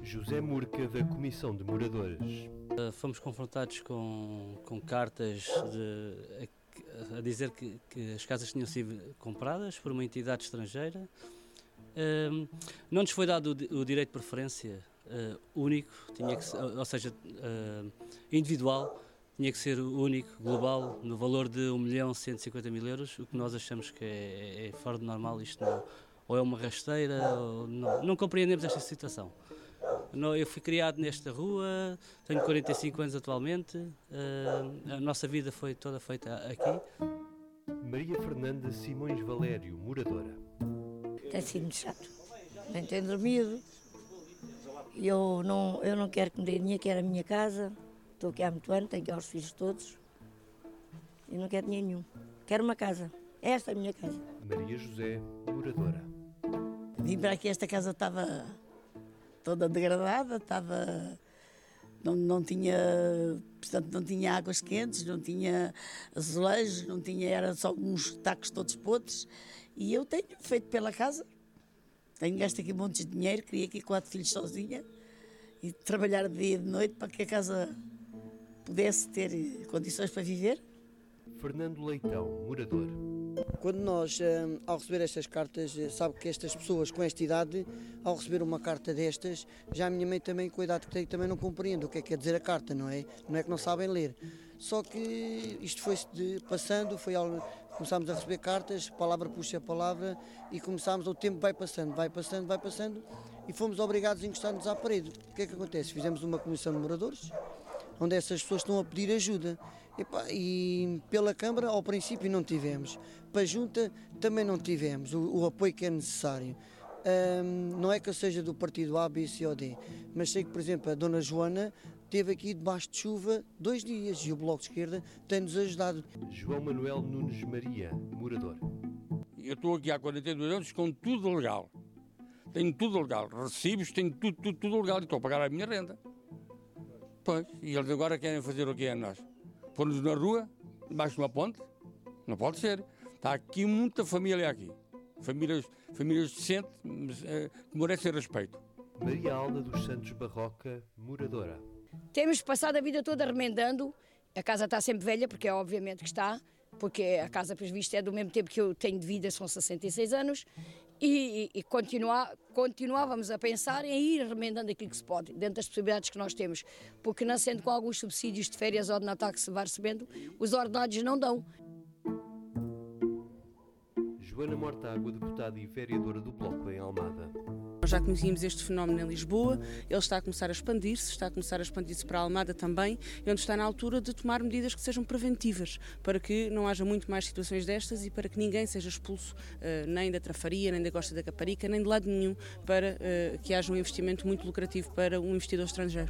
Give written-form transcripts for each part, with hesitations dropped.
José Murca, da Comissão de Moradores. Fomos confrontados com cartas a dizer que as casas tinham sido compradas por uma entidade estrangeira. Não nos foi dado o direito de preferência único, tinha que ser, ou seja, individual, tinha que ser único, global, no valor de 1.150.000 euros, o que nós achamos que é fora de normal. Isto não, ou é uma rasteira, ou não compreendemos esta situação. Eu fui criado nesta rua, tenho 45 anos atualmente, a nossa vida foi toda feita aqui. Maria Fernanda Simões Valério, moradora. Tem sido muito chato, nem tenho dormido, eu não quero que me dê dinheiro, quero a minha casa, estou aqui há muito ano, tenho cá os filhos todos, e não quero dinheiro nenhum, quero uma casa, esta é a minha casa. Maria José, moradora. Vim para aqui, esta casa estava toda degradada, não tinha, portanto, não tinha águas quentes, não tinha azulejos, não tinha, era só uns tacos todos podres. E eu tenho feito pela casa, tenho gasto aqui montes de dinheiro, criei aqui 4 filhos sozinha e trabalhar de dia e de noite para que a casa pudesse ter condições para viver. Fernando Leitão, morador. Quando nós, ao receber estas cartas, sabe que estas pessoas com esta idade, ao receber uma carta destas, já a minha mãe também, com a idade que tem, também não compreende o que é que quer dizer a carta, não é? Não é que não sabem ler. Só que isto foi-se passando, começámos a receber cartas, palavra puxa palavra, e o tempo vai passando, e fomos obrigados a encostar-nos à parede. O que é que acontece? Fizemos uma comissão de moradores, onde essas pessoas estão a pedir ajuda. E pela Câmara, ao princípio, não tivemos. Para a Junta, também não tivemos o apoio que é necessário. Não é que eu seja do partido A, B, C ou D, mas sei que, por exemplo, a Dona Joana esteve aqui debaixo de chuva 2 dias e o Bloco de Esquerda tem-nos ajudado. João Manuel Nunes Maria, morador. Eu estou aqui há 42 anos com tudo legal. Tenho tudo legal. Recibos, tenho tudo legal e estou a pagar a minha renda. Pois, e eles agora querem fazer o que é a nós? Pôr-nos na rua, debaixo de uma ponte? Não pode ser. Está aqui muita família aqui. Famílias decentes, que merecem respeito. Maria Alda dos Santos Barroca, moradora. Temos passado a vida toda remendando. A casa está sempre velha, porque é obviamente que está, porque a casa, pelos vistos, é do mesmo tempo que eu tenho de vida, são 66 anos, e continuávamos a pensar em ir remendando aquilo que se pode, dentro das possibilidades que nós temos, porque não sendo com alguns subsídios de férias ou de Natal que se vai recebendo, os ordenados não dão. Joana Mortágua, deputada e vereadora do Bloco em Almada. Nós já conhecíamos este fenómeno em Lisboa, ele está a começar a expandir-se para a Almada também, e onde está na altura de tomar medidas que sejam preventivas, para que não haja muito mais situações destas e para que ninguém seja expulso, nem da Trafaria, nem da Costa da Caparica, nem de lado nenhum, para que haja um investimento muito lucrativo para um investidor estrangeiro.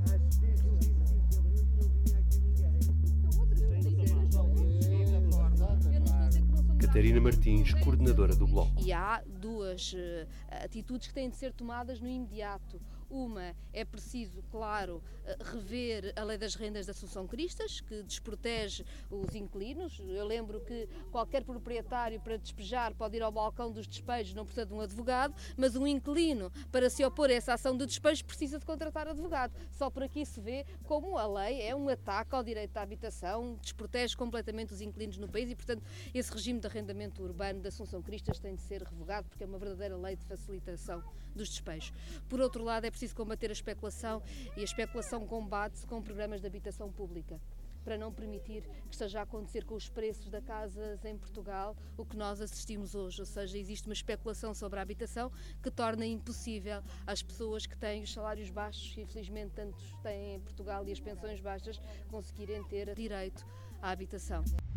Catarina Martins, coordenadora do Bloco. E há 2 atitudes que têm de ser tomadas no imediato. Uma, é preciso, claro, rever a lei das rendas da Assunção Cristas, que desprotege os inquilinos. Eu lembro que qualquer proprietário, para despejar, pode ir ao balcão dos despejos, não precisa de um advogado, mas um inquilino, para se opor a essa ação de despejo, precisa de contratar advogado. Só por aqui se vê como a lei é um ataque ao direito à habitação, desprotege completamente os inquilinos no país e, portanto, esse regime de arrendamento urbano da Assunção Cristas tem de ser revogado, porque é uma verdadeira lei de facilitação dos despejos. Por outro lado, é preciso combater a especulação, e a especulação combate-se com programas de habitação pública, para não permitir que esteja a acontecer com os preços das casas em Portugal o que nós assistimos hoje, ou seja, existe uma especulação sobre a habitação que torna impossível às pessoas que têm os salários baixos, que infelizmente tantos têm em Portugal, e as pensões baixas, conseguirem ter direito à habitação.